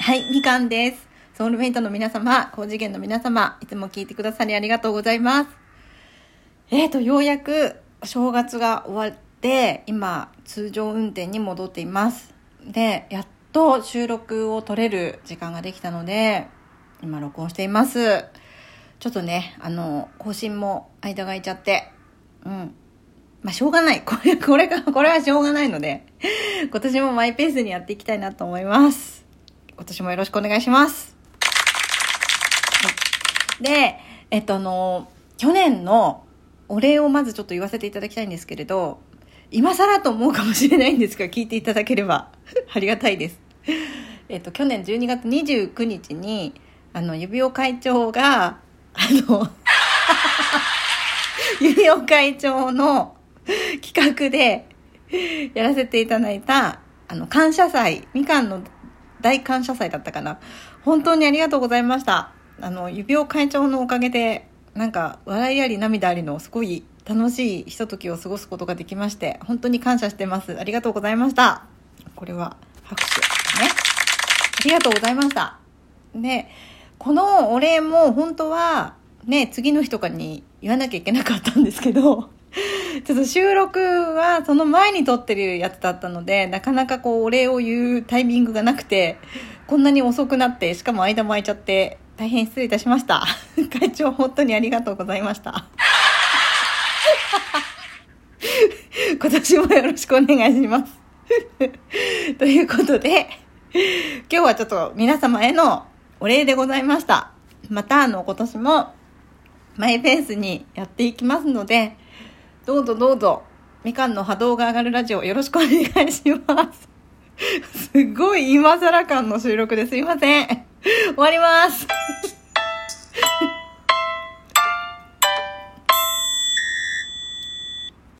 はい、みかんです。ソウルメイトの皆様、高次元の皆様、いつも聞いてくださりありがとうございます。ようやく正月が終わって、今、通常運転に戻っています。で、やっと収録を撮れる時間ができたので、今録音しています。ちょっとね、更新も間が空いちゃって、しょうがない。これはしょうがないので、今年もマイペースにやっていきたいなと思います。今年もよろしくお願いします。で、去年のお礼をまずちょっと言わせていただきたいんですけれど、今更と思うかもしれないんですが、聞いていただければありがたいです。去年12月29日に、指尾会長が、指尾会長の企画でやらせていただいた、感謝祭、みかんの大感謝祭だったかな。本当にありがとうございました。指尾会長のおかげで、笑いあり涙ありのすごい楽しいひとときを過ごすことができまして、本当に感謝してます。ありがとうございました。これは拍手ですね。ありがとうございました。で、このお礼も本当はね、次の日とかに言わなきゃいけなかったんですけど、ちょっと収録はその前に撮ってるやつだったので、なかなかお礼を言うタイミングがなくて、こんなに遅くなって、しかも間も空いちゃって大変失礼いたしました。会長本当にありがとうございました。今年もよろしくお願いします。ということで、今日はちょっと皆様へのお礼でございました。また今年もマイペースにやっていきますので、どうぞみかんの波動が上がるラジオよろしくお願いします。すごい今更感の収録ですいません。終わります。